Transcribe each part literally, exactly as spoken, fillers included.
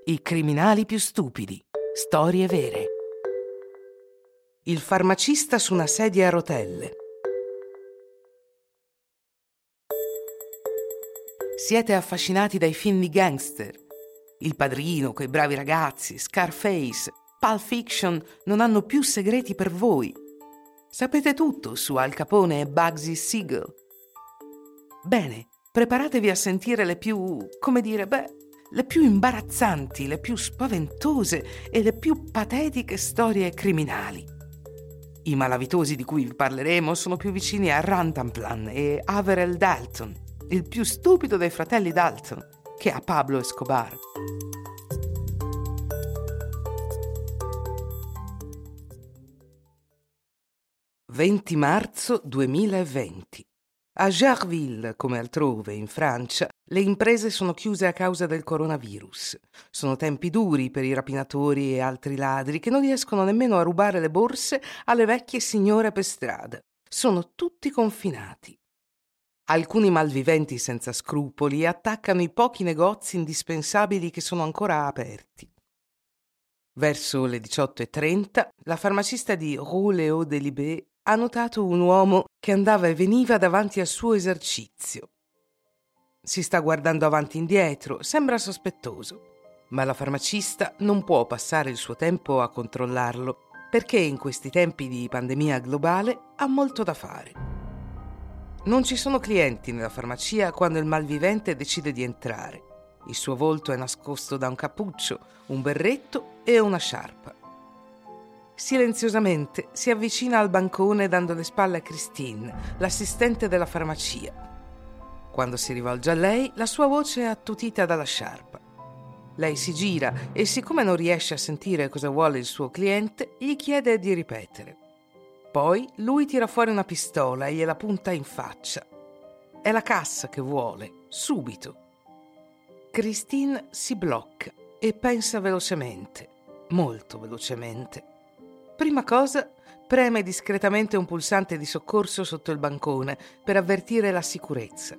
I criminali più stupidi. Storie vere. Il farmacista su una sedia a rotelle. Siete affascinati dai film di gangster? Il Padrino, quei bravi ragazzi, Scarface, Pulp Fiction non hanno più segreti per voi. Sapete tutto su Al Capone e Bugsy Siegel. Bene, preparatevi a sentire le più, come dire, beh, le più imbarazzanti, le più spaventose e le più patetiche storie criminali. I malavitosi di cui vi parleremo sono più vicini a Rantanplan e Averell Dalton, il più stupido dei fratelli Dalton, che a Pablo Escobar. venti marzo duemilaventi. A Jarville, come altrove in Francia, le imprese sono chiuse a causa del coronavirus. Sono tempi duri per i rapinatori e altri ladri che non riescono nemmeno a rubare le borse alle vecchie signore per strada. Sono tutti confinati. Alcuni malviventi senza scrupoli attaccano i pochi negozi indispensabili che sono ancora aperti. Verso le diciotto e trenta, la farmacista di Rue-Léo-Delibes ha notato un uomo che andava e veniva davanti al suo esercizio. Si sta guardando avanti e indietro, sembra sospettoso, ma la farmacista non può passare il suo tempo a controllarlo, perché in questi tempi di pandemia globale ha molto da fare. Non ci sono clienti nella farmacia quando il malvivente decide di entrare. Il suo volto è nascosto da un cappuccio, un berretto e una sciarpa. Silenziosamente si avvicina al bancone dando le spalle a Christine, l'assistente della farmacia. Quando si rivolge a lei, la sua voce è attutita dalla sciarpa. Lei si gira e, siccome non riesce a sentire cosa vuole il suo cliente, gli chiede di ripetere. Poi lui tira fuori una pistola e gliela punta in faccia. È la cassa che vuole, subito. Christine si blocca e pensa velocemente, molto velocemente. Prima cosa, preme discretamente un pulsante di soccorso sotto il bancone per avvertire la sicurezza.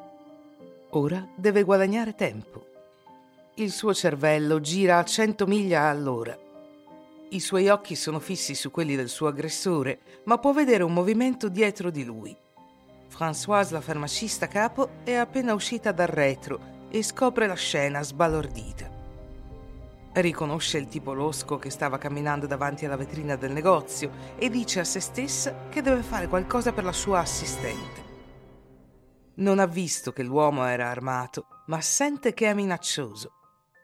Ora deve guadagnare tempo. Il suo cervello gira a cento miglia all'ora. I suoi occhi sono fissi su quelli del suo aggressore, ma può vedere un movimento dietro di lui. Françoise, la farmacista capo, è appena uscita dal retro e scopre la scena sbalordita. Riconosce il tipo losco che stava camminando davanti alla vetrina del negozio e dice a se stessa che deve fare qualcosa per la sua assistente. Non ha visto che l'uomo era armato, ma sente che è minaccioso.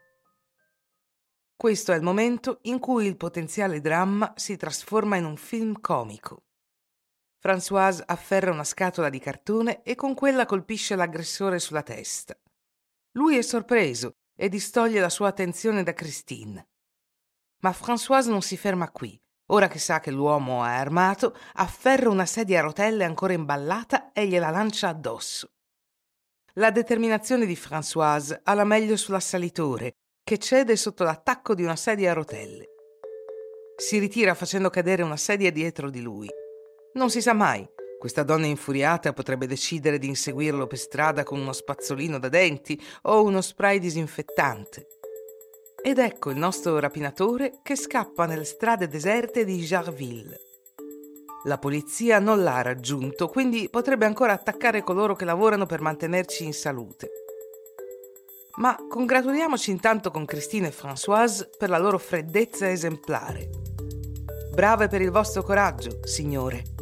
Questo è il momento in cui il potenziale dramma si trasforma in un film comico. Françoise afferra una scatola di cartone e con quella colpisce l'aggressore sulla testa. Lui è sorpreso e distoglie la sua attenzione da Christine. Ma Françoise non si ferma qui. Ora che sa che l'uomo è armato, afferra una sedia a rotelle ancora imballata e gliela lancia addosso. La determinazione di Françoise ha la meglio sull'assalitore, che cede sotto l'attacco di una sedia a rotelle. Si ritira facendo cadere una sedia dietro di lui. Non si sa mai. Questa donna infuriata potrebbe decidere di inseguirlo per strada con uno spazzolino da denti o uno spray disinfettante. Ed ecco il nostro rapinatore che scappa nelle strade deserte di Jarville. La polizia non l'ha raggiunto, quindi potrebbe ancora attaccare coloro che lavorano per mantenerci in salute. Ma congratuliamoci intanto con Christine e Françoise per la loro freddezza esemplare. Brave per il vostro coraggio, signore.